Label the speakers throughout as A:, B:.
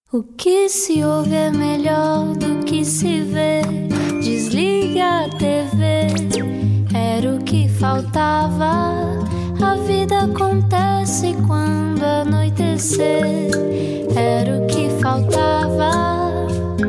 A: O que se ouve é melhor do que se vê. Desliga a TV, era o que faltava. A vida acontece quando anoitecer, era o que faltava.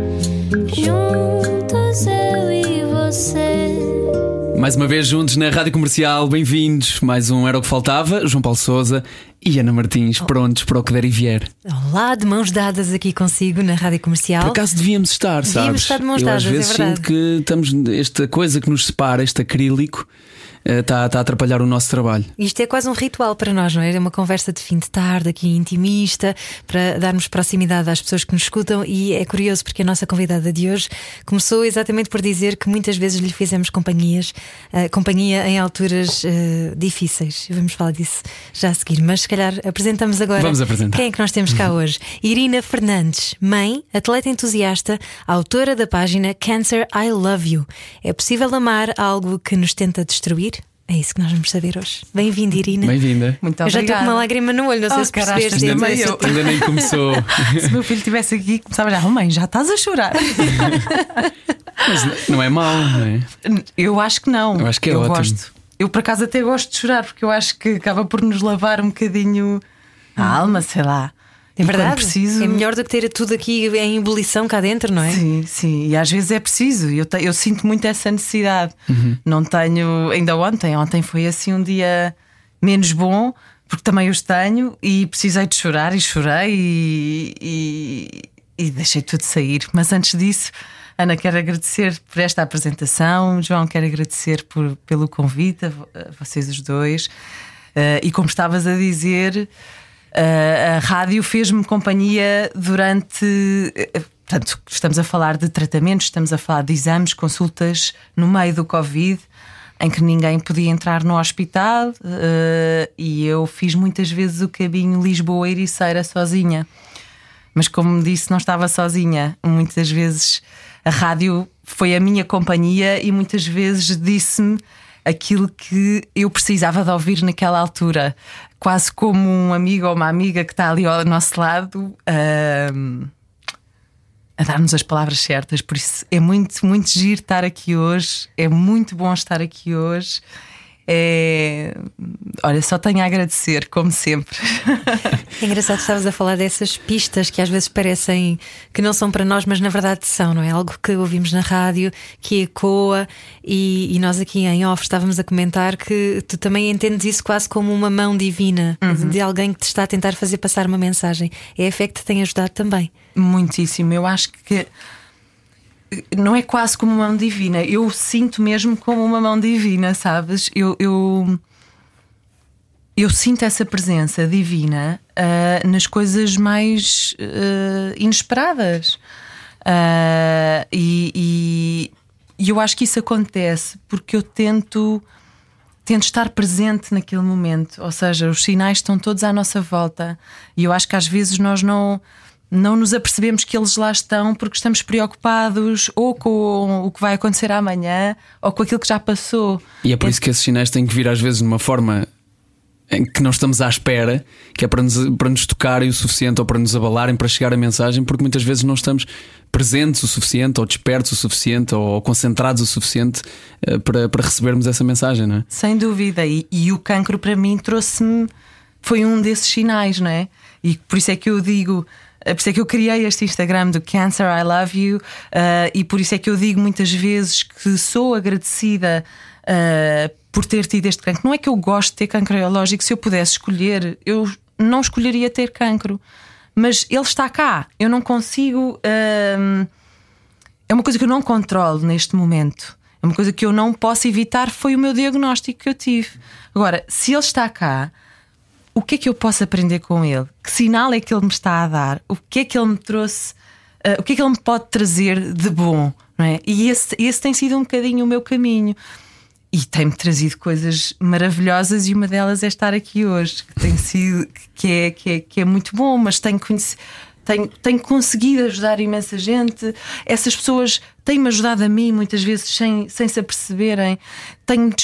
A: Juntos eu e você.
B: Mais uma vez juntos na Rádio Comercial, bem-vindos. Mais um Era o que Faltava. João Paulo Sousa e Ana Martins, prontos para o que der e vier.
C: Olá, de mãos dadas aqui consigo na Rádio Comercial.
B: Por acaso devíamos estar, sabes?
C: Devíamos estar de mãos dadas,
B: às vezes
C: é verdade.
B: sinto que estamos, esta coisa que nos separa, este acrílico, está a atrapalhar o nosso trabalho.
C: Isto é quase um ritual para nós, não é? É uma conversa de fim de tarde aqui intimista, para darmos proximidade às pessoas que nos escutam. E é curioso porque a nossa convidada de hoje começou exatamente por dizer que muitas vezes lhe fizemos companhia em alturas difíceis. Vamos falar disso já a seguir, mas se calhar apresentamos agora.
B: Vamos apresentar.
C: Quem é que nós temos cá hoje? Irina Fernandes, mãe, atleta entusiasta, autora da página Cancer I Love You. É possível amar algo que nos tenta destruir? É isso que nós vamos saber hoje. Bem-vinda, Irina.
B: Bem-vinda.
D: Muito
C: Eu já
D: obrigada.
C: estou com uma lágrima no olho, não sei se percebeste.
B: Ainda nem começou.
D: Se o meu filho estivesse aqui, começava já, mãe, já estás a chorar.
B: Mas não é mau, não é?
D: Eu acho que não.
B: Eu acho que é
D: eu
B: ótimo.
D: Gosto. Eu por acaso até gosto de chorar, porque eu acho que acaba por nos lavar um bocadinho a alma, sei lá.
C: É
D: E
C: verdade.
D: quando preciso...
C: É melhor do que ter tudo aqui em ebulição cá dentro, não é?
D: Sim, sim. E às vezes é preciso. Eu sinto muito essa necessidade. Não tenho. Ainda ontem foi assim um dia menos bom, porque também os tenho e precisei de chorar e chorei e deixei tudo sair. Mas antes disso, Ana, quero agradecer por esta apresentação. João, quero agradecer pelo convite a vocês os dois. E como estavas a dizer, a rádio fez-me companhia durante. Portanto, estamos a falar de tratamentos, estamos a falar de exames, consultas no meio do Covid, em que ninguém podia entrar no hospital, e eu fiz muitas vezes o caminho Lisboa-Ericeira sozinha. Mas como me disse, não estava sozinha. Muitas vezes a rádio foi a minha companhia e muitas vezes disse-me aquilo que eu precisava de ouvir naquela altura, quase como um amigo ou uma amiga que está ali ao nosso lado a dar-nos as palavras certas. Por isso é muito, muito giro estar aqui hoje. É muito bom estar aqui hoje. Olha, só tenho a agradecer, como sempre.
C: É engraçado que estavas a falar dessas pistas que às vezes parecem que não são para nós, mas na verdade são, não é? Algo que ouvimos na rádio, que ecoa, e nós aqui em off estávamos a comentar que tu também entendes isso quase como uma mão divina, de alguém que te está a tentar fazer passar uma mensagem. É a fé que te tem ajudado também. Muitíssimo.
D: Eu acho que não é quase como uma mão divina. Eu sinto mesmo como uma mão divina, sabes? Eu sinto essa presença divina nas coisas mais inesperadas. E eu acho que isso acontece porque eu tento estar presente naquele momento. Ou seja, os sinais estão todos à nossa volta. E eu acho que às vezes nós não nos apercebemos que eles lá estão porque estamos preocupados ou com o que vai acontecer amanhã ou com aquilo que já passou.
B: E é por isso que esses sinais têm que vir às vezes de uma forma em que não estamos à espera, que é para nos tocarem o suficiente ou para nos abalarem para chegar a mensagem, porque muitas vezes não estamos presentes o suficiente ou despertos o suficiente ou concentrados o suficiente para recebermos essa mensagem, não é?
D: Sem dúvida. E o cancro para mim foi um desses sinais, não é? E por isso é que eu digo, por isso é que eu criei este Instagram do Cancer I Love You, e por isso é que eu digo muitas vezes que sou agradecida por ter tido este cancro. Não é que eu gosto de ter cancro, é lógico, se eu pudesse escolher, eu não escolheria ter cancro, mas ele está cá. Eu não consigo, é uma coisa que eu não controlo neste momento, é uma coisa que eu não posso evitar. Foi o meu diagnóstico que eu tive. Agora, se ele está cá, o que é que eu posso aprender com ele? Que sinal é que ele me está a dar? O que é que ele me trouxe? O que é que ele me pode trazer de bom? Não é? E esse tem sido um bocadinho o meu caminho. E tem-me trazido coisas maravilhosas, e uma delas é estar aqui hoje, que tem sido, que é muito bom, mas tenho conseguido ajudar imensa gente. Essas pessoas têm-me ajudado a mim muitas vezes sem se aperceberem.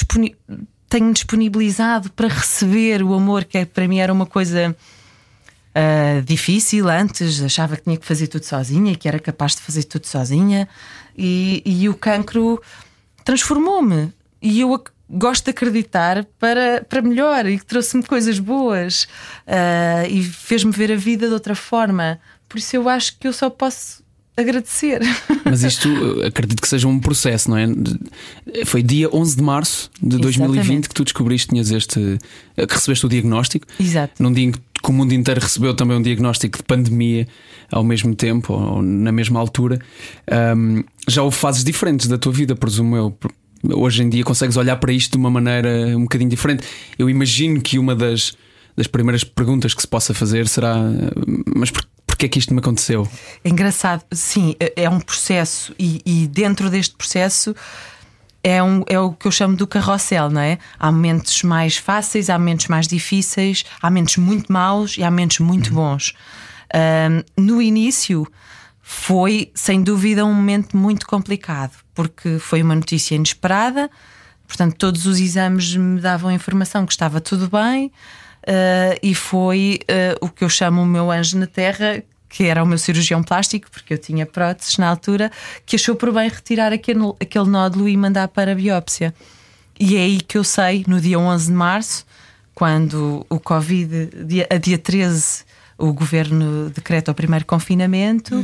D: Tenho-me disponibilizado para receber o amor, que para mim era uma coisa difícil. Antes achava que tinha que fazer tudo sozinha e que era capaz de fazer tudo sozinha, e o cancro transformou-me. E eu gosto de acreditar para melhor, e que trouxe-me coisas boas, e fez-me ver a vida de outra forma. Por isso eu acho que eu só posso agradecer.
B: Mas isto acredito que seja um processo, não é? Foi dia 11 de março de 2020
D: Exatamente.
B: que tu descobriste que recebeste o diagnóstico.
D: Exato.
B: Num dia em que o mundo inteiro recebeu também um diagnóstico de pandemia ao mesmo tempo, ou na mesma altura. Já houve fases diferentes da tua vida, presumo eu. Hoje em dia consegues olhar para isto de uma maneira um bocadinho diferente. Eu imagino que uma das primeiras perguntas que se possa fazer será: mas porquê é que isto me aconteceu?
D: É engraçado, sim, é um processo, e dentro deste processo é o que eu chamo do carrossel, não é? Há momentos mais fáceis, há momentos mais difíceis, há momentos muito maus e há momentos muito bons. No início foi, sem dúvida, um momento muito complicado, porque foi uma notícia inesperada. Portanto, todos os exames me davam a informação que estava tudo bem, e foi o que eu chamo o meu anjo na terra, que era o meu cirurgião plástico, porque eu tinha próteses na altura, que achou por bem retirar aquele nódulo e mandar para a biópsia. E é aí que eu sei, no dia 11 de março, quando o Covid, a dia 13, o governo decreta o primeiro confinamento,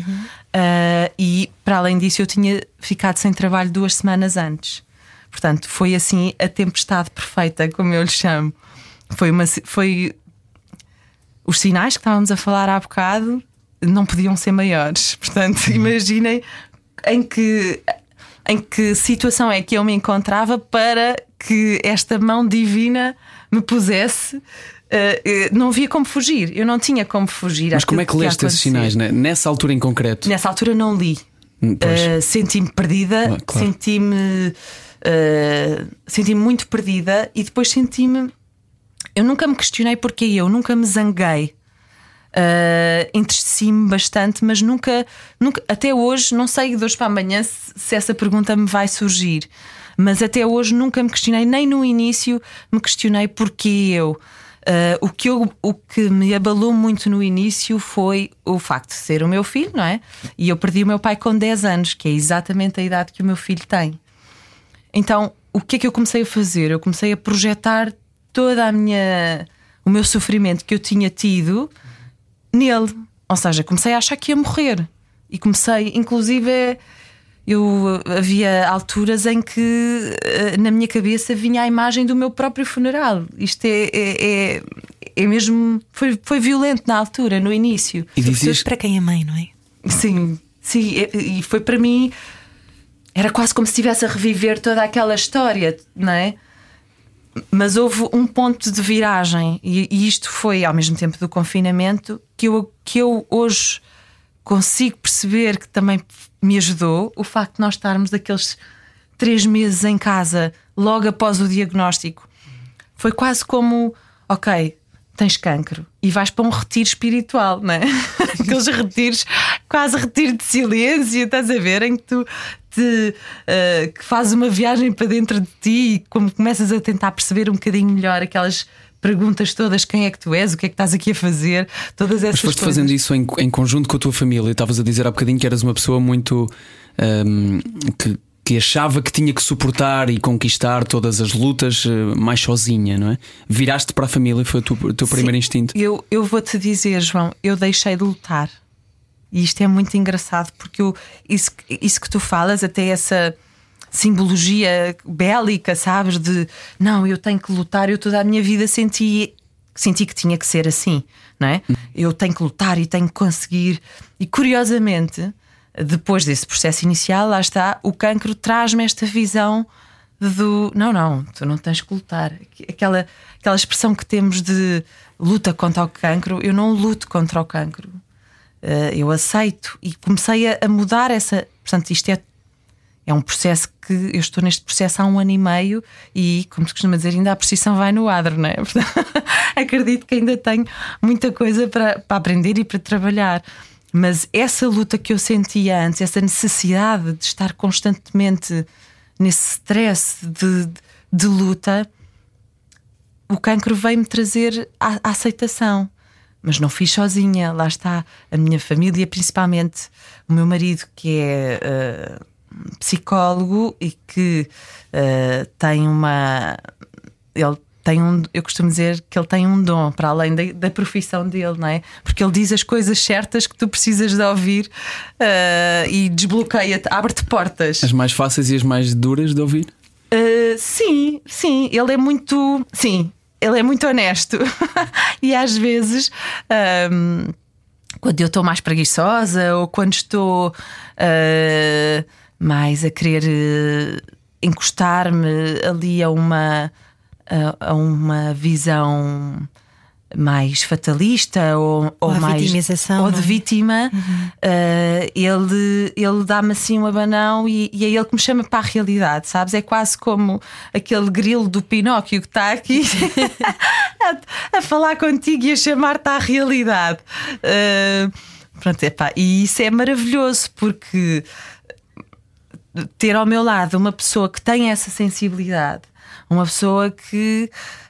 D: e para além disso eu tinha ficado sem trabalho 2 semanas antes. Portanto, foi assim a tempestade perfeita, como eu lhe chamo. Foi os sinais que estávamos a falar há bocado não podiam ser maiores. Portanto, imaginem em que situação é que eu me encontrava para que esta mão divina me pusesse. Não havia como fugir, eu não tinha como fugir.
B: Mas como é que leste esses sinais, né? Nessa altura em concreto?
D: Nessa altura não li. Senti-me perdida, claro. Senti-me muito perdida, e depois senti-me. Eu nunca me questionei porque eu nunca me zanguei. Entristeci-me bastante, mas nunca, até hoje, não sei de hoje para amanhã se essa pergunta me vai surgir, mas até hoje nunca me questionei, nem no início me questionei porque eu. O que me abalou muito no início foi o facto de ser o meu filho, não é? E eu perdi o meu pai com 10 anos, que é exatamente a idade que o meu filho tem. Então, o que é que eu comecei a fazer? Eu comecei a projetar toda o meu sofrimento que eu tinha tido nele. Ou seja, comecei a achar que ia morrer. E comecei, inclusive, havia alturas em que na minha cabeça vinha a imagem do meu próprio funeral. Isto é mesmo. Foi violento na altura, no início.
C: E dizias para quem é mãe, não é?
D: Sim, e foi para mim. Era quase como se estivesse a reviver toda aquela história, não é? Mas houve um ponto de viragem, e isto foi ao mesmo tempo do confinamento, que eu hoje consigo perceber que também me ajudou o facto de nós estarmos daqueles 3 meses em casa logo após o diagnóstico. Foi quase como: ok, tens cancro e vais para um retiro espiritual, não é? Aqueles retiros, quase retiro de silêncio, estás a ver, em que tu que fazes uma viagem para dentro de ti, e como começas a tentar perceber um bocadinho melhor aquelas perguntas todas: quem é que tu és, o que é que estás aqui a fazer, todas essas coisas.
B: Mas foste fazendo isso em conjunto com a tua família. Estavas a dizer há bocadinho que eras uma pessoa muito que achava que tinha que suportar e conquistar todas as lutas mais sozinha, não é? Viraste para a família, foi o teu primeiro instinto.
D: Eu vou-te dizer, João, eu deixei de lutar. E isto é muito engraçado, porque isso que tu falas, até essa simbologia bélica, sabes? De não, eu tenho que lutar. Eu toda a minha vida senti que tinha que ser assim, não é? Eu tenho que lutar e tenho que conseguir. E curiosamente, depois desse processo inicial, lá está, o cancro traz-me esta visão do não, tu não tens que lutar. Aquela expressão que temos de luta contra o cancro. Eu não luto contra o cancro. Eu aceito, e comecei a mudar essa. Portanto, isto é um processo que eu estou neste processo há 1 ano e meio, e, como se costuma dizer, ainda a precisão vai no adro, não é? Portanto, acredito que ainda tenho muita coisa para aprender e para trabalhar. Mas essa luta que eu sentia antes, essa necessidade de estar constantemente nesse stress de luta, o cancro veio-me trazer a aceitação. mas não fiz sozinha. Lá está a minha família, principalmente o meu marido, que é psicólogo e que tem eu costumo dizer que ele tem um dom para além da profissão dele, não é? Porque ele diz as coisas certas que tu precisas de ouvir e desbloqueia-te, abre-te portas.
B: As mais fáceis e as mais duras de ouvir?
D: Sim, ele é muito. Sim, ele é muito honesto. E às vezes, quando eu estou mais preguiçosa ou quando estou mais a querer encostar-me ali a uma visão mais fatalista ou mais
C: vitimização,
D: ou de vítima, ele dá-me assim um abanão e é ele que me chama para a realidade, sabes? É quase como aquele grilo do Pinóquio que está aqui a falar contigo e a chamar-te à realidade. Pronto, e isso é maravilhoso, porque ter ao meu lado uma pessoa que tem essa sensibilidade, uma pessoa que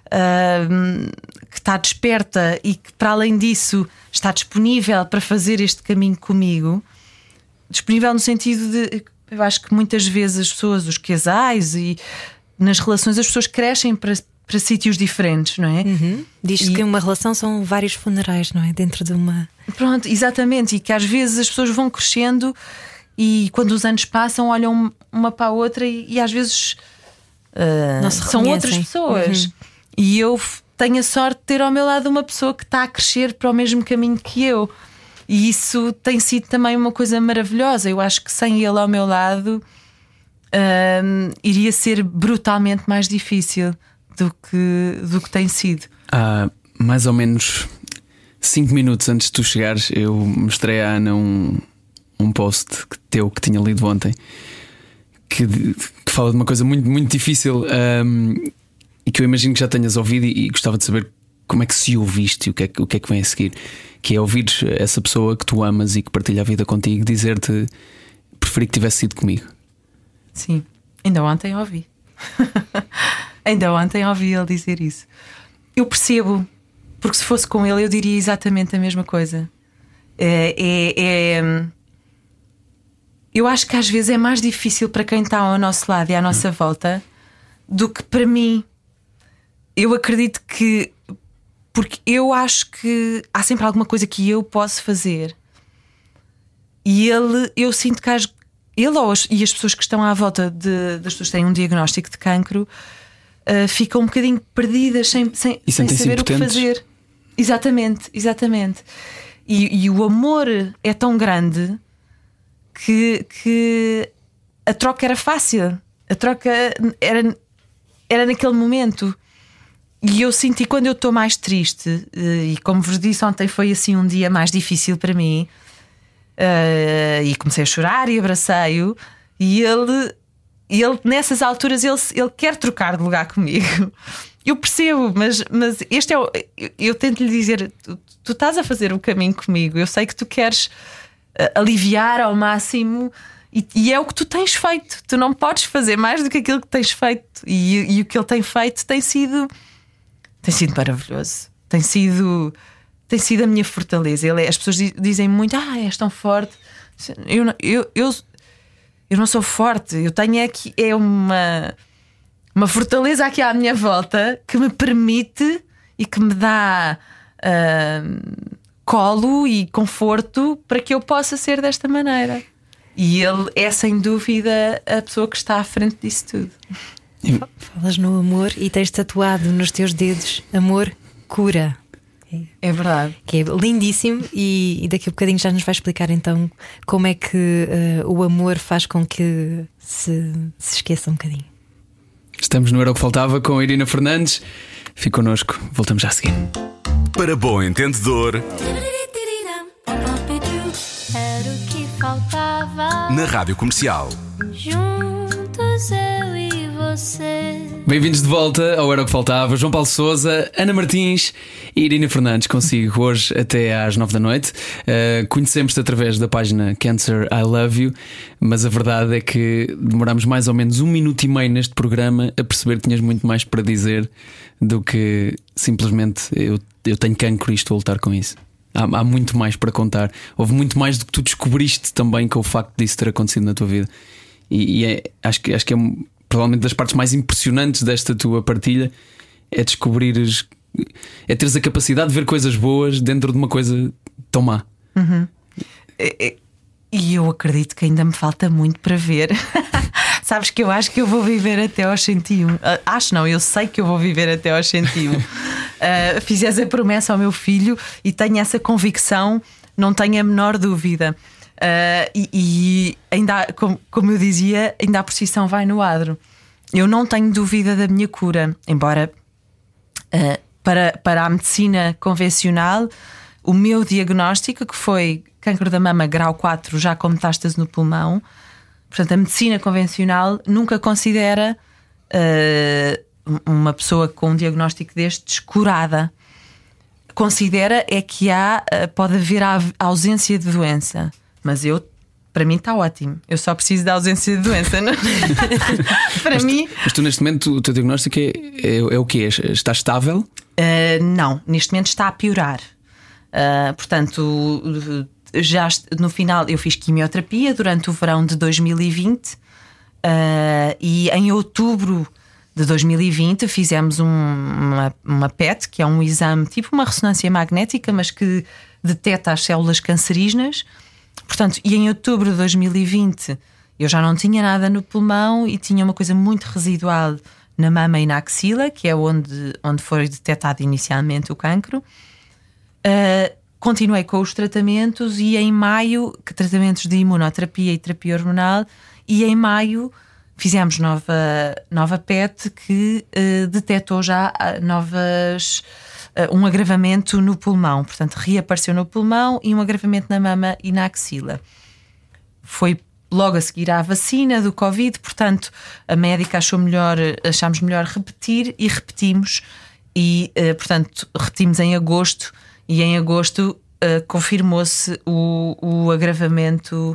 D: está desperta e que, para além disso, está disponível para fazer este caminho comigo. Disponível no sentido de, eu acho que muitas vezes as pessoas, os casais e nas relações, as pessoas crescem para sítios diferentes, não é?
C: Diz-se que uma relação são vários funerais, não é? Dentro de uma.
D: Pronto, exatamente. E que às vezes as pessoas vão crescendo e quando os anos passam, olham uma para a outra e às vezes são outras pessoas. E eu tenho a sorte de ter ao meu lado uma pessoa que está a crescer para o mesmo caminho que eu. E isso tem sido também uma coisa maravilhosa. Eu acho que sem ele ao meu lado iria ser brutalmente mais difícil do que tem sido.
B: Há mais ou menos 5 minutos antes de tu chegares, eu mostrei à Ana um post teu que tinha lido ontem que fala de uma coisa muito, muito difícil e que eu imagino que já tenhas ouvido e gostava de saber como é que se ouviste e o que é que vem a seguir, que é ouvir essa pessoa que tu amas e que partilha a vida contigo dizer-te: preferi que tivesse sido comigo.
D: Sim, ainda ontem ouvi. Ainda ontem ouvi ele dizer isso. Eu percebo, porque se fosse com ele eu diria exatamente a mesma coisa. Eu acho que às vezes é mais difícil para quem está ao nosso lado e à nossa volta do que para mim. Eu acredito que, porque eu acho que há sempre alguma coisa que eu posso fazer. E eu sinto que ele e as pessoas que estão à volta das pessoas que têm um diagnóstico de cancro ficam um bocadinho perdidas sem saber o que fazer. Exatamente. E o amor é tão grande que a troca era fácil. A troca era naquele momento. E eu senti, quando eu estou mais triste, e como vos disse ontem, foi assim um dia mais difícil para mim, e comecei a chorar e abracei-o. E ele nessas alturas ele quer trocar de lugar comigo. Eu percebo, mas este eu tento lhe dizer: tu estás a fazer o caminho comigo, eu sei que tu queres aliviar ao máximo, e é o que tu tens feito. Tu não podes fazer mais do que aquilo que tens feito, e o que ele tem feito tem sido maravilhoso. Tem sido a minha fortaleza. As pessoas dizem muito: és tão forte. Eu não sou forte. Eu tenho aqui uma fortaleza aqui à minha volta que me permite e que me dá colo e conforto para que eu possa ser desta maneira. E ele é sem dúvida a pessoa que está à frente disso tudo.
C: Falas no amor e tens tatuado nos teus dedos: amor cura.
D: É verdade.
C: Que é lindíssimo, e daqui a bocadinho já nos vai explicar então como é que o amor faz com que se esqueça um bocadinho.
B: Estamos no Era o que Faltava com a Irina Fernandes. Fique connosco, voltamos já a seguir.
E: Para bom entendedor,
A: Era o que faltava.
E: na Rádio Comercial.
A: Juntos eu e você. você.
B: Bem-vindos de volta ao Era o que Faltava. João Paulo Sousa, Ana Martins e Irina Fernandes consigo hoje até às 9 da noite. Conhecemos-te através da página Cancer I Love You, mas a verdade é que demorámos mais ou menos 1 minuto e meio neste programa a perceber que tinhas muito mais para dizer do que simplesmente eu tenho cancro e estou a lutar com isso. Há muito mais para contar. Houve muito mais do que tu descobriste também com o facto disso ter acontecido na tua vida. Acho que é provavelmente das partes mais impressionantes desta tua partilha. É descobrires, é teres a capacidade de ver coisas boas dentro de uma coisa tão má.
D: Uhum. E eu acredito que ainda me falta muito para ver. Sabes que eu acho que eu vou viver até aos 101. Acho não, eu sei que eu vou viver até aos 101. Fizes a promessa ao meu filho e tenho essa convicção, não tenho a menor dúvida. E ainda, como eu dizia, ainda a procissão vai no adro. Eu não tenho dúvida da minha cura, embora para a medicina convencional, o meu diagnóstico, que foi cancro da mama grau 4, já com metástase no pulmão. Portanto, a medicina convencional nunca considera uma pessoa com um diagnóstico destes curada. Considera é que pode haver a ausência de doença. Mas para mim está ótimo. Eu só preciso da ausência de doença, não?
B: Mas tu neste momento o teu diagnóstico é o quê? Está estável?
D: Não, neste momento está a piorar. Portanto, já no final eu fiz quimioterapia durante o verão de 2020 e em outubro de 2020 fizemos uma PET, que é um exame tipo uma ressonância magnética, mas que detecta as células cancerígenas. Portanto, e em outubro de 2020 eu já não tinha nada no pulmão e tinha uma coisa muito residual na mama e na axila, que é onde foi detectado inicialmente o cancro. Continuei com os tratamentos e em maio, tratamentos de imunoterapia e terapia hormonal, e em maio fizemos nova PET que detectou já um agravamento no pulmão. Portanto, reapareceu no pulmão e um agravamento na mama e na axila. Foi logo a seguir à vacina do Covid, portanto a médica achámos melhor repetir e repetimos e portanto repetimos em agosto e em agosto confirmou-se o agravamento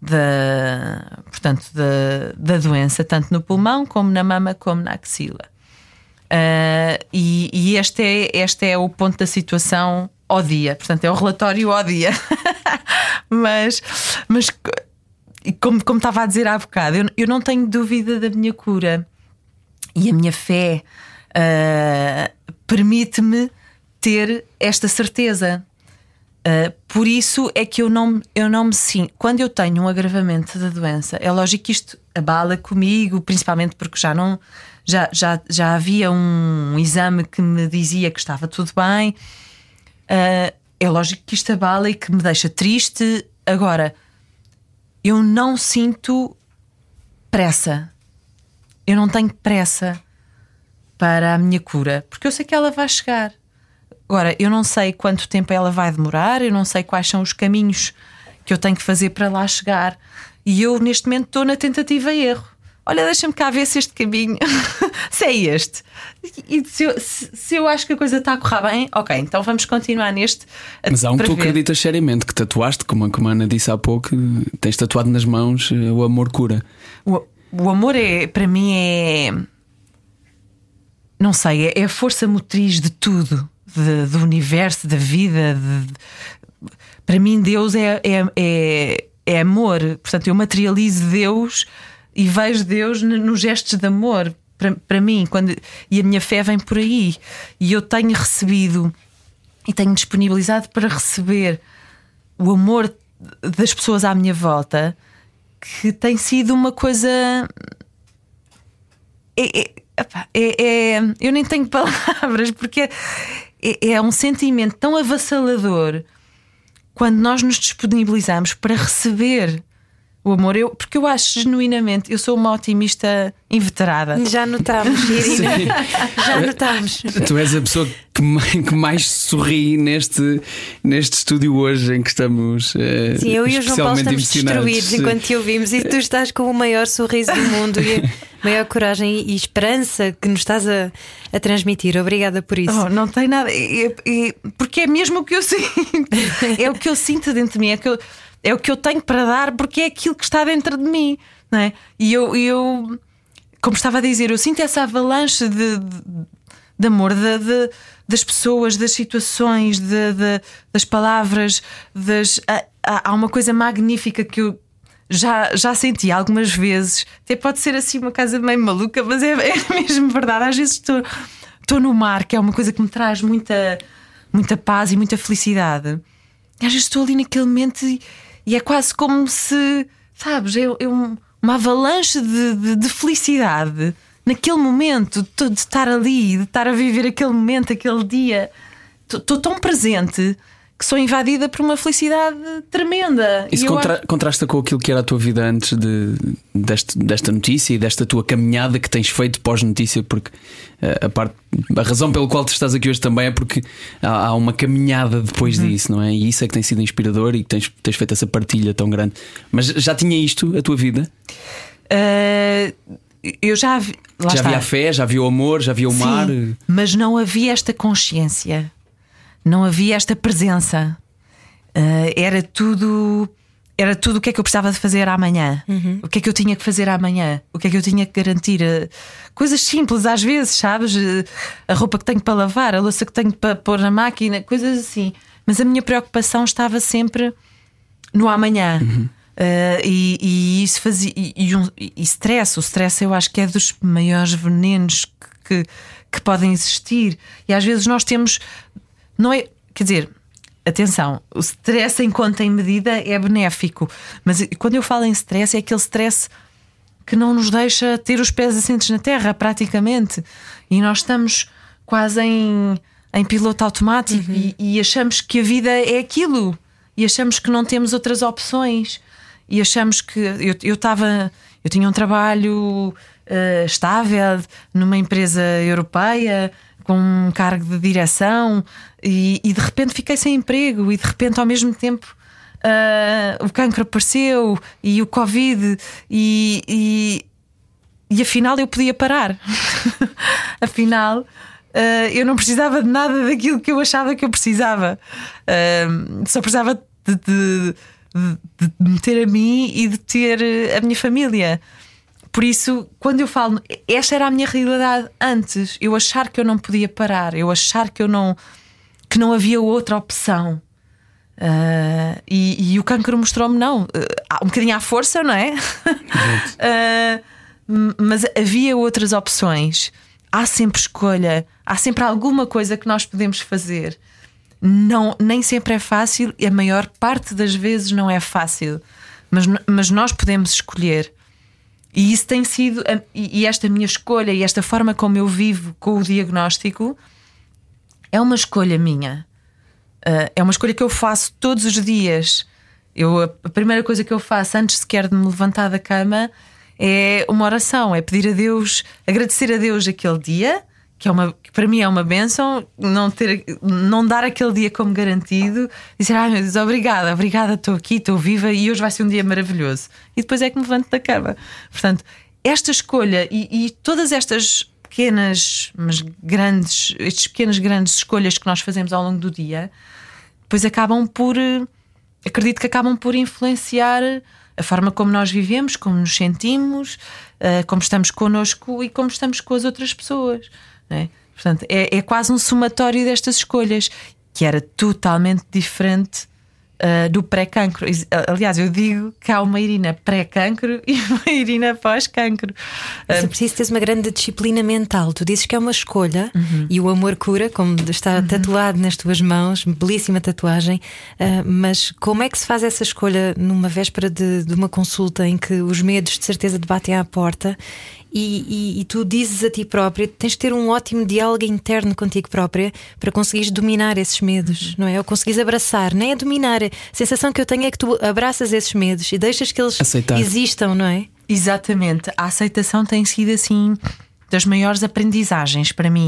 D: da doença, tanto no pulmão como na mama como na axila. E este é o ponto da situação ao dia, portanto é o relatório ao dia. mas como estava a dizer há bocado, eu não tenho dúvida da minha cura e a minha fé permite-me ter esta certeza. Por isso é que eu não me sinto. Quando eu tenho um agravamento da doença, é lógico que isto abala comigo, principalmente porque já havia um exame que me dizia que estava tudo bem. É lógico que isto abala e que me deixa triste. Agora, eu não sinto pressa. Eu não tenho pressa para a minha cura, porque eu sei que ela vai chegar. Agora, eu não sei quanto tempo ela vai demorar, eu não sei quais são os caminhos que eu tenho que fazer para lá chegar. E eu, neste momento, estou na tentativa e erro. Olha, deixa-me cá ver se este caminho se é este. E se eu acho que a coisa está a correr bem, ok, então vamos continuar neste.
B: Mas há um que tu acreditas seriamente, que tatuaste, como a Ana disse há pouco, tens tatuado nas mãos o amor cura.
D: O amor para mim não sei, é a força motriz de tudo. Do universo, da vida. Para mim, Deus é amor. Portanto, eu materializo Deus e vejo Deus nos gestos de amor. Para mim, e a minha fé vem por aí. E eu tenho recebido e tenho disponibilizado para receber o amor das pessoas à minha volta, que tem sido uma coisa. Eu nem tenho palavras, porque é um sentimento tão avassalador quando nós nos disponibilizamos para receber O amor, porque eu acho genuinamente, eu sou uma otimista inveterada.
C: Já notámos, Irina. Já notámos.
B: Tu és a pessoa que mais sorri neste estúdio hoje em que estamos.
C: Sim, eu e o João Paulo estamos
B: emocionados.
C: destruídos enquanto te ouvimos, e tu estás com o maior sorriso do mundo e a maior coragem e esperança que nos estás a transmitir. Obrigada por isso.
D: Oh, não tem nada. Porque é mesmo o que eu sinto. É o que eu sinto dentro de mim. É o que eu tenho para dar, porque é aquilo que está dentro de mim, não é? E eu como estava a dizer, eu sinto essa avalanche de amor das pessoas, das situações, das palavras. Há uma coisa magnífica que eu já senti algumas vezes. Até pode ser assim uma casa meio maluca, mas é mesmo verdade. Às vezes estou no mar, que é uma coisa que me traz muita paz e muita felicidade. E às vezes estou ali naquele momento e é quase como se, sabes, uma avalanche de felicidade naquele momento, de estar ali, de estar a viver aquele momento, aquele dia. Estou tão presente que sou invadida por uma felicidade tremenda.
B: Isso contrasta com aquilo que era a tua vida antes desta notícia e desta tua caminhada que tens feito pós-notícia, porque a razão pela qual tu estás aqui hoje também é porque há uma caminhada depois disso, não é? E isso é que tem sido inspirador e que tens feito essa partilha tão grande. Mas já tinha isto a tua vida?
D: Eu já vi.
B: Já havia a fé, já havia o amor, já havia o mar.
D: Mas não havia esta consciência. Não havia esta presença. Era tudo o que é que eu precisava de fazer amanhã. O que é que eu tinha que fazer amanhã. O que é que eu tinha que garantir. Coisas simples às vezes, sabes? A roupa que tenho para lavar, a louça que tenho para pôr na máquina, coisas assim. Mas a minha preocupação estava sempre no amanhã. E isso fazia. E stress. O stress eu acho que é dos maiores venenos que podem existir. E às vezes nós temos. Não é, quer dizer, atenção, o stress em conta em medida é benéfico, mas quando eu falo em stress é aquele stress que não nos deixa ter os pés assentes na terra praticamente, e nós estamos quase em piloto automático e achamos que a vida é aquilo, e achamos que não temos outras opções, e achamos que eu tinha um trabalho estável numa empresa europeia com um cargo de direção e de repente fiquei sem emprego, e de repente ao mesmo tempo o cancro apareceu e o Covid e afinal eu podia parar. Afinal eu não precisava de nada daquilo que eu achava que eu precisava, só precisava de me ter a mim e de ter a minha família. Por isso, quando eu falo, esta era a minha realidade antes. Eu achar que eu não podia parar, eu achar que não havia outra opção. E o cancro mostrou-me não. Um bocadinho à força, não é? Mas havia outras opções. Há sempre escolha, há sempre alguma coisa que nós podemos fazer. Nem sempre é fácil, e a maior parte das vezes não é fácil. Mas nós podemos escolher. E isso tem sido, e esta minha escolha e esta forma como eu vivo com o diagnóstico é uma escolha minha. É uma escolha que eu faço todos os dias. A primeira coisa que eu faço antes sequer de me levantar da cama é uma oração, é pedir a Deus, agradecer a Deus aquele dia, que para mim é uma bênção, não dar aquele dia como garantido, dizer, ai meu Deus, obrigada, estou aqui, estou viva e hoje vai ser um dia maravilhoso. E depois é que me levanto da cama. Portanto, esta escolha e todas estas pequenas, mas grandes, estes pequenas, grandes escolhas que nós fazemos ao longo do dia, depois acredito que acabam por influenciar a forma como nós vivemos, como nos sentimos, como estamos connosco e como estamos com as outras pessoas. Não é? Portanto, é quase um somatório destas escolhas, que era totalmente diferente do pré-cancro. Aliás, eu digo que há uma Irina pré-cancro e uma Irina pós-cancro.
C: É preciso ter uma grande disciplina mental. Tu dizes que é uma escolha, e o amor cura, como está tatuado nas tuas mãos, belíssima tatuagem. Mas como é que se faz essa escolha numa véspera de uma consulta em que os medos de certeza te batem à porta? E tu dizes a ti própria, tens de ter um ótimo diálogo interno contigo própria para conseguires dominar esses medos, não é? Ou conseguires abraçar, nem é dominar, A sensação que eu tenho é que tu abraças esses medos e deixas que eles existam, não é?
D: Exatamente. A aceitação tem sido assim das maiores aprendizagens para mim,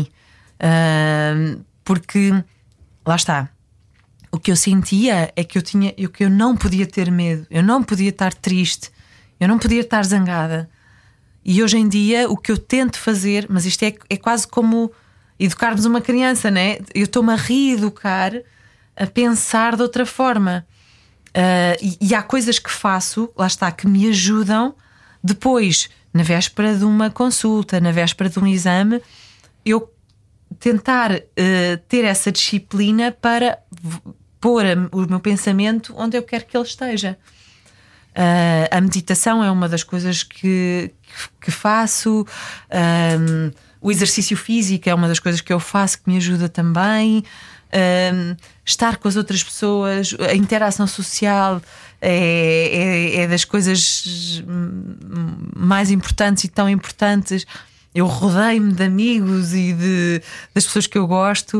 D: porque lá está. O que eu sentia é que eu não podia ter medo, eu não podia estar triste, eu não podia estar zangada. E hoje em dia o que eu tento fazer, mas isto é quase como educarmos uma criança, né? Eu estou-me a reeducar a pensar de outra forma. E há coisas que faço, lá está, que me ajudam. Depois, na véspera de uma consulta, na véspera de um exame, eu tentar ter essa disciplina para pôr o meu pensamento onde eu quero que ele esteja. A meditação é uma das coisas que faço. O exercício físico é uma das coisas que eu faço que me ajuda também. Estar com as outras pessoas, a interação social é das coisas mais importantes e tão importantes. Eu rodeio-me de amigos e das pessoas que eu gosto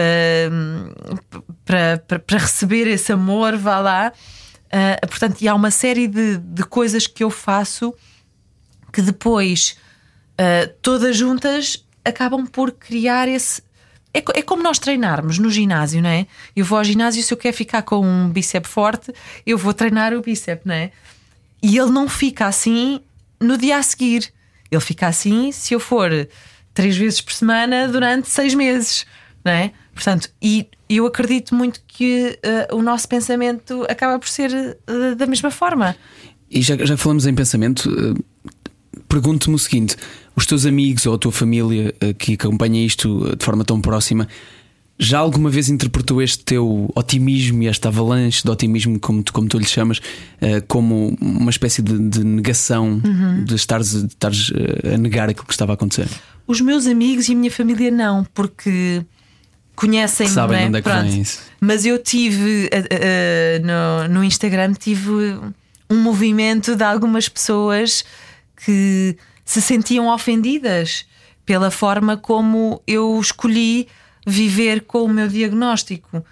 D: para receber esse amor, vá lá. Portanto, e há uma série de coisas que eu faço que depois todas juntas acabam por criar esse. É como nós treinarmos no ginásio, não é? Eu vou ao ginásio, se eu quero ficar com um bíceps forte, eu vou treinar o bíceps, não é? E ele não fica assim no dia a seguir. Ele fica assim se eu for 3 vezes por semana durante 6 meses, não é? Portanto, e eu acredito muito que o nosso pensamento acaba por ser da mesma forma.
B: E já falamos em pensamento, pergunto-me o seguinte: os teus amigos ou a tua família que acompanha isto de forma tão próxima, já alguma vez interpretou este teu otimismo e esta avalanche de otimismo, como tu lhe chamas, como uma espécie de negação, de estares a negar aquilo que estava a acontecer?
D: Os meus amigos e a minha família não, porque conhecem-me,
B: sabem,
D: não é?
B: Onde é que vem isso.
D: Mas eu tive no Instagram tive um movimento de algumas pessoas que se sentiam ofendidas pela forma como eu escolhi viver com o meu diagnóstico,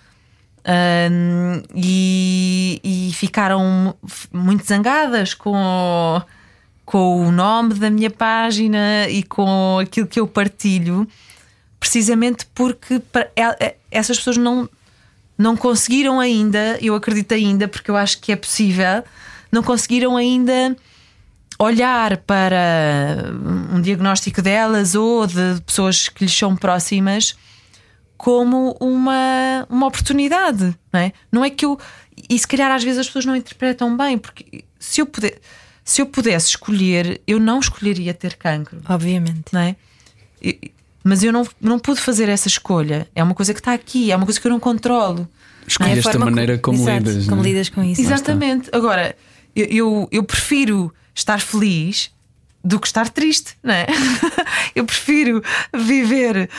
D: e ficaram muito zangadas com o nome da minha página e com aquilo que eu partilho, precisamente porque essas pessoas não conseguiram ainda, eu acredito ainda, porque eu acho que é possível, não conseguiram ainda olhar para um diagnóstico delas ou de pessoas que lhes são próximas como uma oportunidade, não é? Não é que eu. E se calhar às vezes as pessoas não interpretam bem, porque se eu pudesse escolher, eu não escolheria ter cancro.
C: Obviamente.
D: Não é? Mas eu não pude fazer essa escolha. É uma coisa que está aqui, é uma coisa que eu não controlo.
B: Escolheste a maneira como lidas.
C: Como lidas com isso.
D: Exatamente. Agora, eu prefiro estar feliz do que estar triste, não é? Eu prefiro viver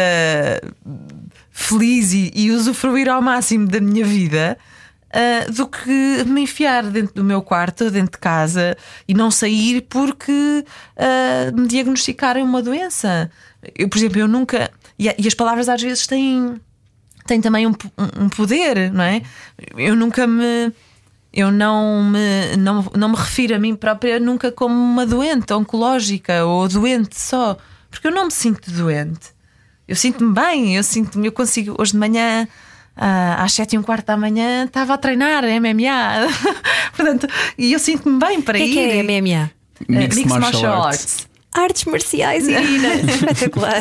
D: feliz e usufruir ao máximo da minha vida do que me enfiar dentro do meu quarto, dentro de casa, e não sair porque me diagnosticarem uma doença. Eu, por exemplo, eu nunca. E as palavras às vezes têm também um poder, não é? Eu não me refiro a mim própria nunca como uma doente oncológica ou doente só, porque eu não me sinto doente. Eu sinto-me bem, eu consigo. Hoje de manhã, às 7:15 da manhã, estava a treinar MMA. Portanto, e eu sinto-me bem para ir.
C: O que é MMA?
B: Mixed Martial Arts.
C: Artes marciais, Irina. Espetacular.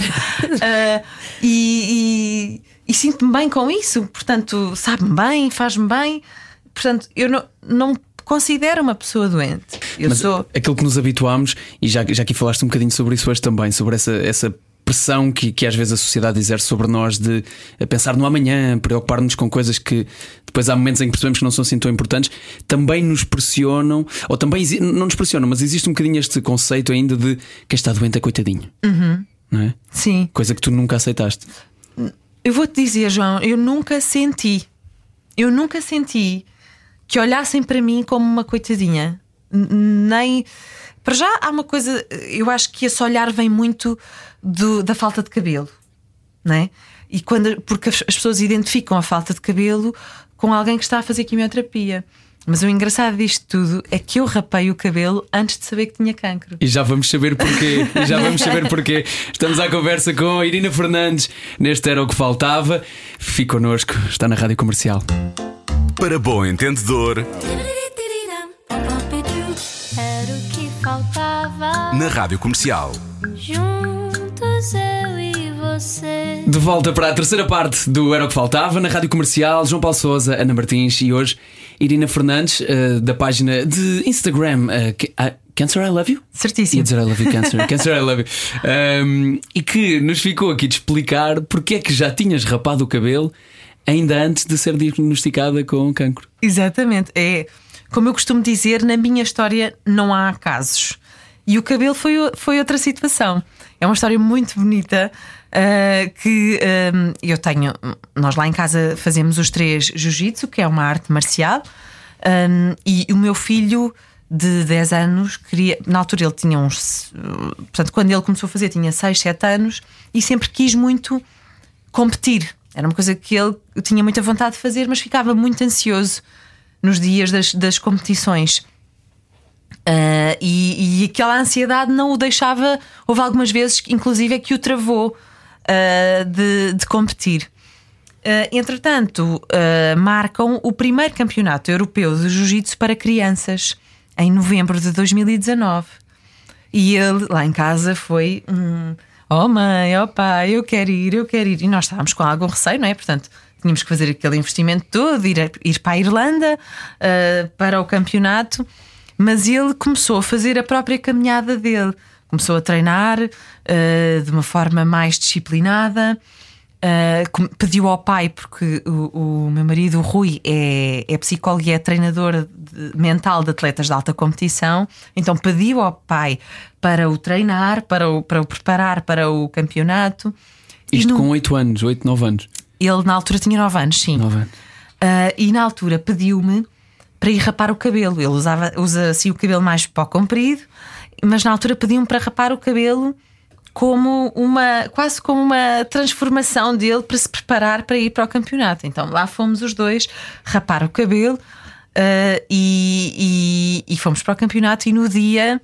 D: E sinto-me bem com isso. Portanto, sabe-me bem, faz-me bem. Portanto, eu não considero uma pessoa doente.
B: Mas aquilo que nos habituámos, e já aqui falaste um bocadinho sobre isso hoje também, sobre essa pressão que às vezes a sociedade exerce sobre nós de pensar no amanhã, preocupar-nos com coisas que depois há momentos em que percebemos que não são assim tão importantes, também nos pressionam, ou também não nos pressionam, mas existe um bocadinho este conceito ainda de quem está doente é coitadinho. Não é?
D: Sim.
B: Coisa que tu nunca aceitaste.
D: Eu vou-te dizer, João, eu nunca senti que olhassem para mim como uma coitadinha. Nem. Para já há uma coisa, eu acho que esse olhar vem muito da falta de cabelo, não é? Porque as pessoas identificam a falta de cabelo com alguém que está a fazer quimioterapia. Mas o engraçado disto tudo é que eu rapei o cabelo antes de saber que tinha cancro.
B: E já vamos saber porquê. Estamos à conversa com a Irina Fernandes. Neste Era o que Faltava. Fique connosco, está na Rádio Comercial.
E: Para bom entendedor,
A: Era o que faltava.
E: na Rádio Comercial.
A: Juntos eu e você.
B: De volta para a terceira parte do Era o que Faltava, na Rádio Comercial. João Paulo Sousa, Ana Martins e hoje Irina Fernandes, da página de Instagram Cancer I Love You?
D: Certíssimo.
B: Ia dizer I Love You Cancer. Cancer I Love You. E que nos ficou aqui de explicar porque é que já tinhas rapado o cabelo ainda antes de ser diagnosticada com cancro.
D: Exatamente. É, como eu costumo dizer, na minha história não há casos. E o cabelo foi outra situação. É uma história muito bonita que eu tenho. Nós lá em casa fazemos os 3 jiu-jitsu, que é uma arte marcial, e o meu filho de 10 anos queria. Na altura ele tinha uns. Portanto, quando ele começou a fazer, tinha 6, 7 anos e sempre quis muito competir. Era uma coisa que ele tinha muita vontade de fazer, mas ficava muito ansioso nos dias das competições. E aquela ansiedade não o deixava. Houve algumas vezes, inclusive, é que o travou de competir. Entretanto, marcam o primeiro campeonato europeu de jiu-jitsu para crianças em novembro de 2019. E ele lá em casa foi oh mãe, oh pai, eu quero ir. E nós estávamos com algum receio, não é? Portanto, tínhamos que fazer aquele investimento todo, ir para a Irlanda para o campeonato. Mas ele começou a fazer a própria caminhada dele. Começou a treinar de uma forma mais disciplinada. Pediu ao pai, porque o meu marido, o Rui, é psicólogo e é treinador mental de atletas de alta competição. Então pediu ao pai para o treinar, para o preparar para o campeonato.
B: Isto com 8 anos, 8, 9 anos.
D: Ele na altura tinha 9 anos, sim.
B: 9 anos.
D: E na altura pediu-me para ir rapar o cabelo. Ele usa assim o cabelo mais para o comprido, mas na altura pediu-me para rapar o cabelo quase como uma transformação dele para se preparar para ir para o campeonato. Então lá fomos os dois rapar o cabelo e fomos para o campeonato. E no dia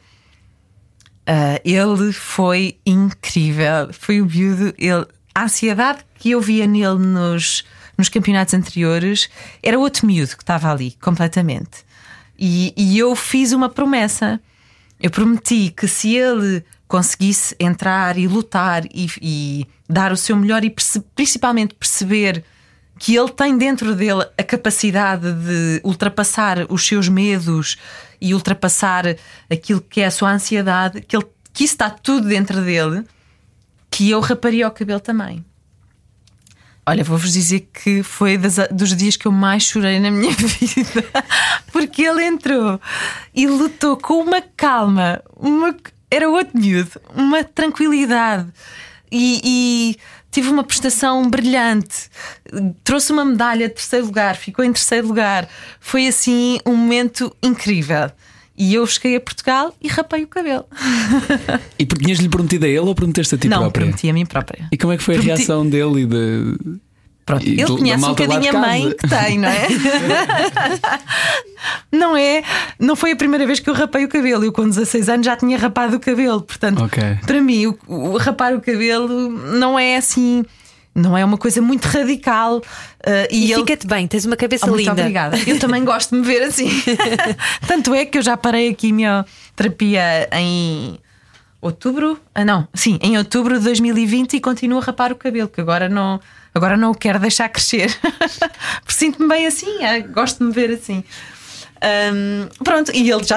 D: ele foi incrível. Foi o miúdo. A ansiedade que eu via nele nos campeonatos anteriores era outro miúdo que estava ali completamente. E eu fiz uma promessa. Eu prometi que se ele conseguisse entrar e lutar e dar o seu melhor e principalmente perceber que ele tem dentro dele a capacidade de ultrapassar os seus medos e ultrapassar aquilo que é a sua ansiedade, que isso está tudo dentro dele, que eu raparia o cabelo também. Olha, vou-vos dizer que foi dos dias que eu mais chorei na minha vida, porque ele entrou e lutou com uma calma, era outro miúdo, uma tranquilidade e tive uma prestação brilhante. Trouxe uma medalha de 3º lugar, ficou em 3º lugar. Foi assim um momento incrível. E eu cheguei a Portugal e rapei o cabelo.
B: E porque tinhas-lhe prometido a ele ou prometeste a ti própria?
D: Não, prometi a mim própria.
B: E como é que foi a reação dele
D: Pronto, ele conhece um bocadinho a mãe que tem, não é? Não foi a primeira vez que eu rapei o cabelo. Eu com 16 anos já tinha rapado o cabelo. Portanto, para mim o rapar o cabelo não é assim, não é uma coisa muito radical.
C: E fica-te bem, tens uma cabeça linda.
D: Muito obrigada. Eu também gosto de me ver assim. Tanto é que eu já parei a quimioterapia em outubro. Em outubro de 2020 e continuo a rapar o cabelo, que agora não o quero deixar crescer. Porque sinto-me bem assim, gosto de me ver assim. Pronto, e ele já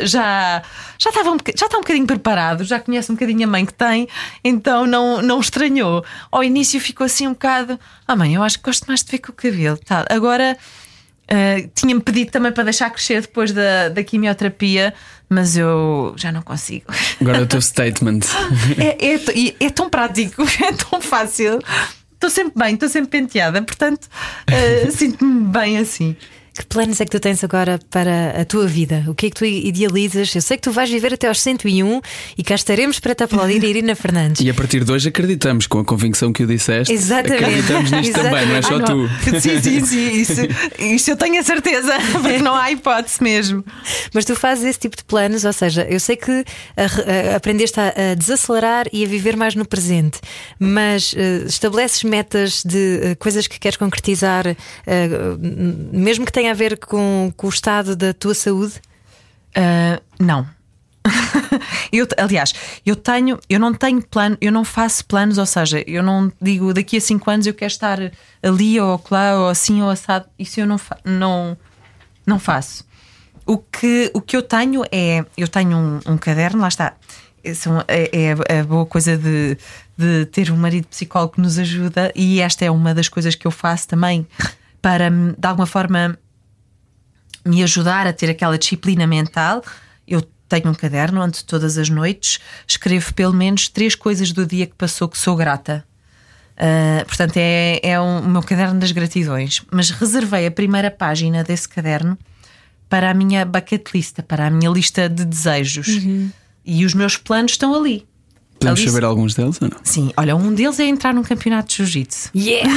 D: está um bocadinho preparado, já conhece um bocadinho a mãe que tem, então não estranhou. Ao início ficou assim um bocado: mãe, eu acho que gosto mais de ver com o cabelo. Tá. Agora tinha-me pedido também para deixar crescer depois da quimioterapia, mas eu já não consigo. Agora
B: é o teu statement.
D: É tão prático, é tão fácil. Estou sempre bem, estou sempre penteada, portanto sinto-me bem assim.
C: Que planos é que tu tens agora para a tua vida? O que é que tu idealizas? Eu sei que tu vais viver até aos 101 e cá estaremos para te aplaudir, Irina Fernandes.
B: E a partir de hoje acreditamos, com a convicção que o disseste.
C: Exatamente.
B: Acreditamos nisto também, não é só tu.
D: Sim. Isso eu tenho a certeza, porque não há hipótese mesmo.
C: Mas tu fazes esse tipo de planos, ou seja, eu sei que aprendeste a desacelerar e a viver mais no presente, mas estabeleces metas de coisas que queres concretizar, mesmo que tenha a ver com o estado da tua saúde?
D: Não. Aliás, eu não tenho plano, eu não faço planos, ou seja, eu não digo daqui a 5 anos eu quero estar ali ou lá ou assim ou assado. Isso eu não faço. O que eu tenho é, eu tenho um caderno, lá está. É a boa coisa de ter um marido psicólogo que nos ajuda, e esta é uma das coisas que eu faço também para, de alguma forma, me ajudar a ter aquela disciplina mental. Eu tenho um caderno onde todas as noites escrevo pelo menos 3 coisas do dia que passou que sou grata. Portanto, é o meu caderno das gratidões. Mas reservei a primeira página desse caderno para a minha bucket list, para a minha lista de desejos. E os meus planos estão ali.
B: Podemos saber alguns deles ou não?
D: Sim, olha, um deles é entrar num campeonato de jiu-jitsu.
C: Yeah!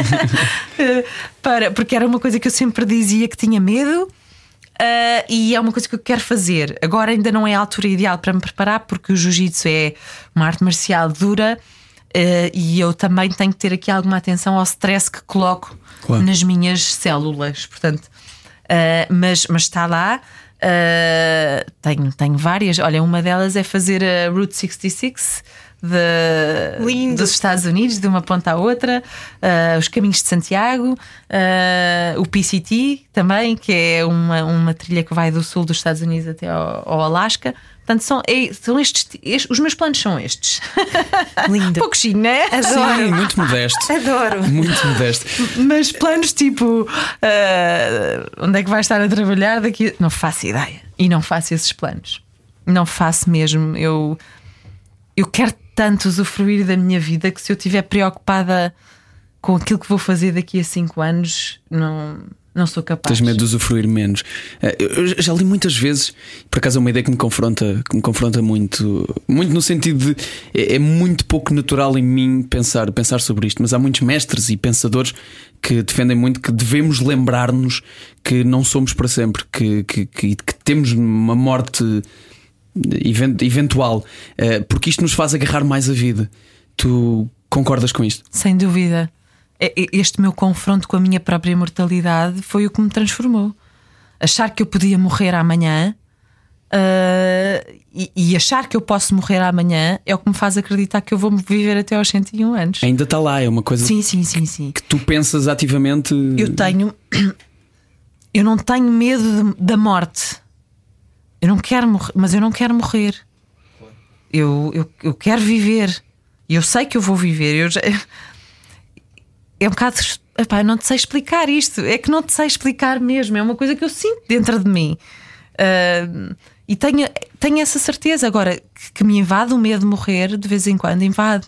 D: Porque era uma coisa que eu sempre dizia que tinha medo, e é uma coisa que eu quero fazer. Agora ainda não é a altura ideal para me preparar, porque o jiu-jitsu é uma arte marcial dura, e eu também tenho que ter aqui alguma atenção ao stress que coloco nas minhas células. Portanto, mas está lá. Tenho várias. Olha, uma delas é fazer a Route 66 dos Estados Unidos, de uma ponta à outra, os caminhos de Santiago, o PCT também, que é uma trilha que vai do sul dos Estados Unidos até ao Alasca. Portanto, são estes, os meus planos são estes.
C: Lindo.
D: Pouquinho, não é?
C: Adoro.
B: Sim, muito modesto.
C: Adoro.
B: Muito modesto.
D: Mas planos tipo onde é que vais estar a trabalhar daqui? Não faço ideia. E não faço esses planos. Não faço mesmo. Eu quero tanto usufruir da minha vida que se eu estiver preocupada com aquilo que vou fazer daqui a 5 anos, não sou capaz.
B: Tens medo de usufruir menos. Eu já li muitas vezes, por acaso é uma ideia que me confronta muito, muito no sentido de é muito pouco natural em mim pensar sobre isto, mas há muitos mestres e pensadores que defendem muito que devemos lembrar-nos que não somos para sempre, que temos uma morte eventual, porque isto nos faz agarrar mais a vida. Tu concordas com isto?
D: Sem dúvida. Este meu confronto com a minha própria mortalidade foi o que me transformou. Achar que eu podia morrer amanhã, e achar que eu posso morrer amanhã é o que me faz acreditar que eu vou viver até aos 101 anos.
B: Ainda está lá, é uma coisa
D: sim.
B: que tu pensas ativamente.
D: Eu não tenho medo da morte. Eu não quero morrer, mas eu não quero morrer. Eu quero viver. E eu sei que eu vou viver. É um bocado. Epá, não te sei explicar isto. É que não te sei explicar mesmo. É uma coisa que eu sinto dentro de mim. E tenho essa certeza. Agora, que me invade o medo de morrer, de vez em quando invade.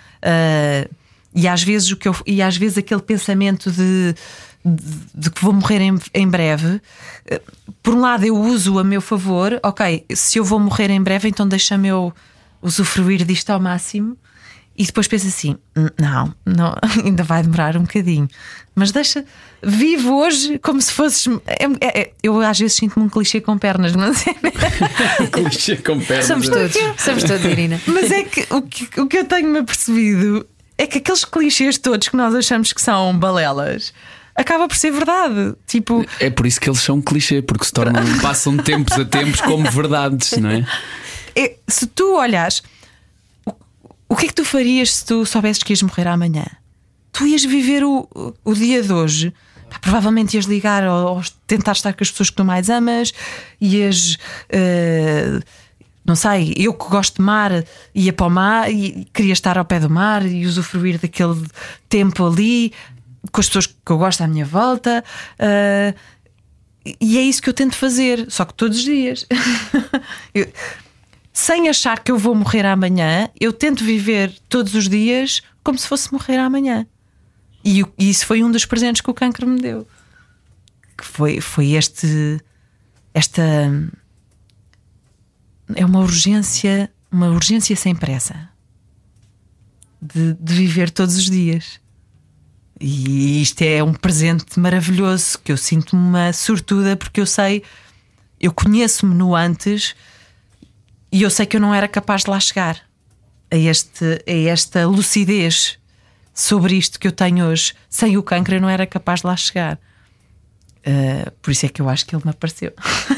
D: E às vezes aquele pensamento de que vou morrer em breve, por um lado eu uso a meu favor. Ok, se eu vou morrer em breve, então deixa-me eu usufruir disto ao máximo. E depois penso assim: não, ainda vai demorar um bocadinho, mas vive hoje como se fosses. Eu às vezes sinto-me um clichê com pernas, não sei.
B: Clichê com pernas.
C: Somos todos, Irina.
D: Mas é que o que eu tenho-me apercebido é que aqueles clichês todos que nós achamos que são balelas acaba por ser verdade. Tipo,
B: é por isso que eles são clichê, porque passam tempos a tempos como verdades, não é?
D: Se tu olhares, o que é que tu farias se tu soubesses que ias morrer amanhã? Tu ias viver o dia de hoje. Provavelmente ias ligar ou tentar estar com as pessoas que tu mais amas. Ias não sei, eu que gosto de mar, ia para o mar e queria estar ao pé do mar e usufruir daquele tempo ali com as pessoas que eu gosto à minha volta. E é isso que eu tento fazer, só que todos os dias. Sem achar que eu vou morrer amanhã, eu tento viver todos os dias como se fosse morrer amanhã. E isso foi um dos presentes que o cancro me deu. foi esta é uma urgência sem pressa de viver todos os dias. E isto é um presente maravilhoso, que eu sinto-me uma sortuda, porque eu conheço-me no antes e eu sei que eu não era capaz de lá chegar a esta lucidez sobre isto que eu tenho hoje. Sem o cancro eu não era capaz de lá chegar. Por isso é que eu acho que ele me apareceu.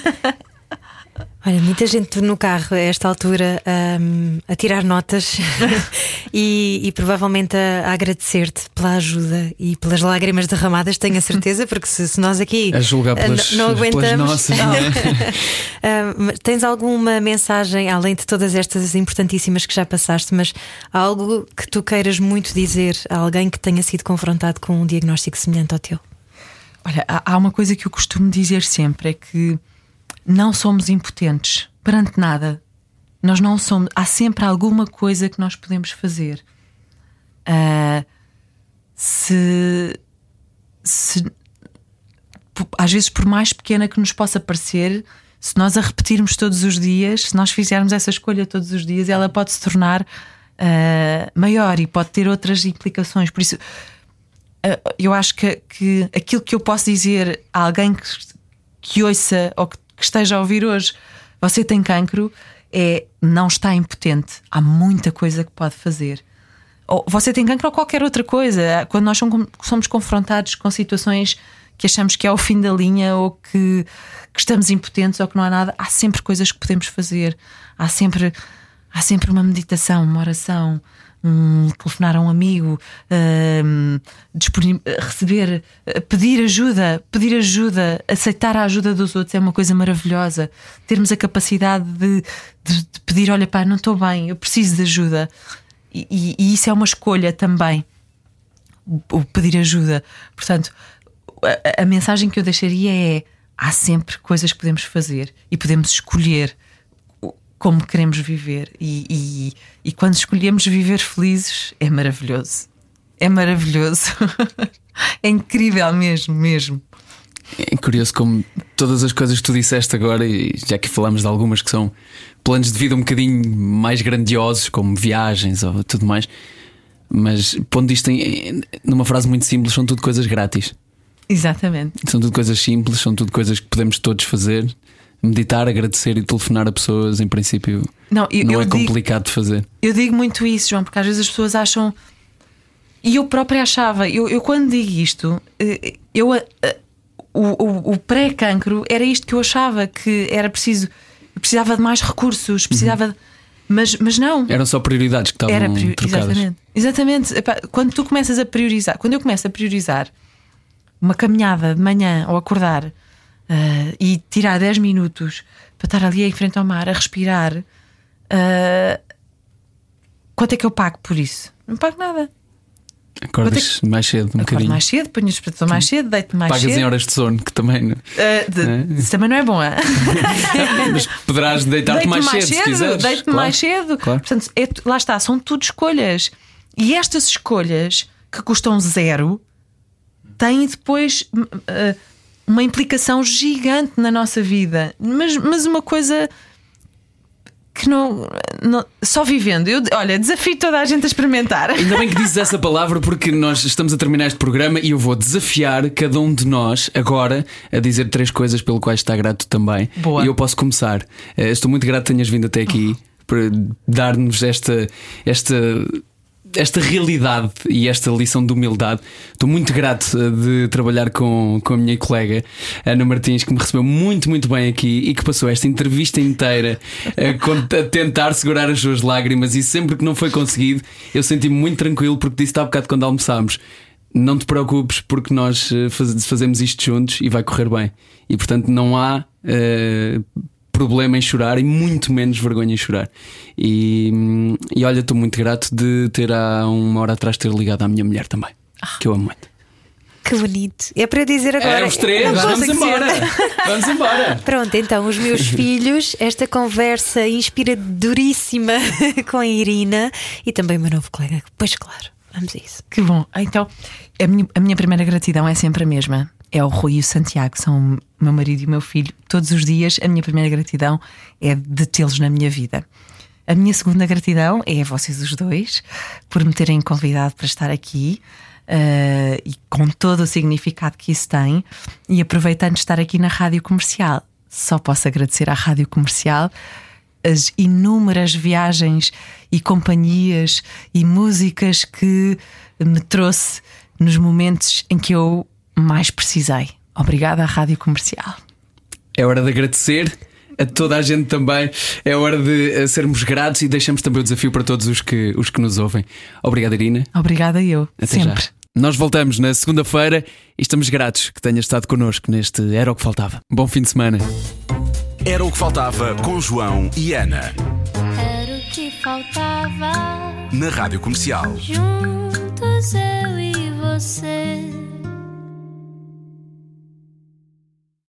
C: Olha, muita gente no carro a esta altura a tirar notas e provavelmente a agradecer-te pela ajuda e pelas lágrimas derramadas, tenho a certeza, porque se nós aqui
B: a julgar
C: não aguentamos.
B: Pelas nossas, não é?
C: Tens alguma mensagem, além de todas estas importantíssimas que já passaste, mas algo que tu queiras muito dizer a alguém que tenha sido confrontado com um diagnóstico semelhante ao teu?
D: Olha, há uma coisa que eu costumo dizer sempre, é que não somos impotentes perante nada. Nós não somos. Há sempre alguma coisa que nós podemos fazer. Às vezes, por mais pequena que nos possa parecer, se nós a repetirmos todos os dias, se nós fizermos essa escolha todos os dias, ela pode se tornar maior e pode ter outras implicações. Por isso, eu acho que aquilo que eu posso dizer a alguém que ouça ou que esteja a ouvir hoje, você tem cancro, não está impotente. Há muita coisa que pode fazer. Ou você tem cancro ou qualquer outra coisa. Quando nós somos confrontados com situações que achamos que é o fim da linha, ou que estamos impotentes, ou que não há nada, há sempre coisas que podemos fazer. Há sempre uma meditação, uma oração, telefonar a um amigo, receber, pedir ajuda, aceitar a ajuda dos outros é uma coisa maravilhosa. Termos a capacidade de pedir: olha, pá, não estou bem, eu preciso de ajuda. E isso é uma escolha também, o pedir ajuda. Portanto, a mensagem que eu deixaria é: há sempre coisas que podemos fazer e podemos escolher como queremos viver, e quando escolhemos viver felizes, é maravilhoso. É maravilhoso. É incrível mesmo.
B: É curioso como todas as coisas que tu disseste agora, e já que falamos de algumas que são planos de vida um bocadinho mais grandiosos, como viagens ou tudo mais, mas pondo isto numa frase muito simples, são tudo coisas grátis.
D: Exatamente.
B: São tudo coisas simples, são tudo coisas que podemos todos fazer. Meditar, agradecer e telefonar a pessoas, em princípio, não é complicado de fazer. Eu
D: digo muito isso, João, porque às vezes as pessoas acham, e eu própria achava, eu quando digo isto, o pré-cancro era isto que eu achava, que era preciso, eu precisava de mais recursos, precisava de, mas não.
B: Eram só prioridades que estavam trocadas.
D: Exatamente. Quando tu começas a priorizar, quando eu começo a priorizar uma caminhada de manhã ao acordar, e tirar 10 minutos para estar ali em frente ao mar a respirar, quanto é que eu pago por isso? Não pago nada.
B: Acordas mais cedo, um bocadinho.
D: Mais cedo, ponho o despertador mais cedo, deito mais cedo.
B: Pagas em horas de sono, que também
D: isso também não é bom.
B: Mas poderás deitar-te mais cedo, se quiseres.
D: Deito-me mais cedo. Claro. Portanto, lá está, são tudo escolhas. E estas escolhas que custam zero têm depois uma implicação gigante na nossa vida, mas uma coisa que não só vivendo. Olha, desafio toda a gente a experimentar.
B: Ainda bem que dizes essa palavra, porque nós estamos a terminar este programa e eu vou desafiar cada um de nós agora a dizer 3 coisas pelo quais está grato também.
D: Boa.
B: E eu posso começar. Estou muito grato que tenhas vindo até aqui para dar-nos esta realidade e esta lição de humildade. Estou muito grato de trabalhar com a minha colega Ana Martins, que me recebeu muito, muito bem aqui e que passou esta entrevista inteira a tentar segurar as suas lágrimas, e sempre que não foi conseguido eu senti-me muito tranquilo, porque disse há bocado quando almoçámos: não te preocupes, porque nós fazemos isto juntos e vai correr bem. E portanto não há problema em chorar, e muito menos vergonha em chorar. E olha, estou muito grato de ter há uma hora atrás ter ligado à minha mulher também, que eu amo muito.
C: Que bonito. É para eu dizer agora.
B: Os 3, vamos embora. Vamos embora.
C: Pronto, então, os meus filhos, esta conversa inspiradoríssima com a Irina e também o meu novo colega. Pois claro, vamos a isso.
D: Que bom. Então, a minha primeira gratidão é sempre a mesma. é o Rui e o Santiago, são o meu marido e o meu filho. Todos os dias a minha primeira gratidão é de tê-los na minha vida. A minha segunda gratidão é a vocês os dois por me terem convidado para estar aqui, e com todo o significado que isso tem. E aproveitando de estar aqui na Rádio Comercial, só posso agradecer à Rádio Comercial as inúmeras viagens e companhias e músicas que me trouxe nos momentos em que eu mais precisei. Obrigada à Rádio Comercial.
B: É hora de agradecer a toda a gente também. É hora de sermos gratos e deixamos também o desafio para todos os que nos ouvem. Obrigado, Irina.
D: Obrigada eu.
B: Até
D: sempre.
B: Já. Nós voltamos na segunda-feira e estamos gratos que tenhas estado connosco neste Era o que Faltava. Bom fim de semana.
E: Era o que faltava com João e Ana.
A: Era o que faltava.
E: Na Rádio Comercial.
A: Juntos eu e você.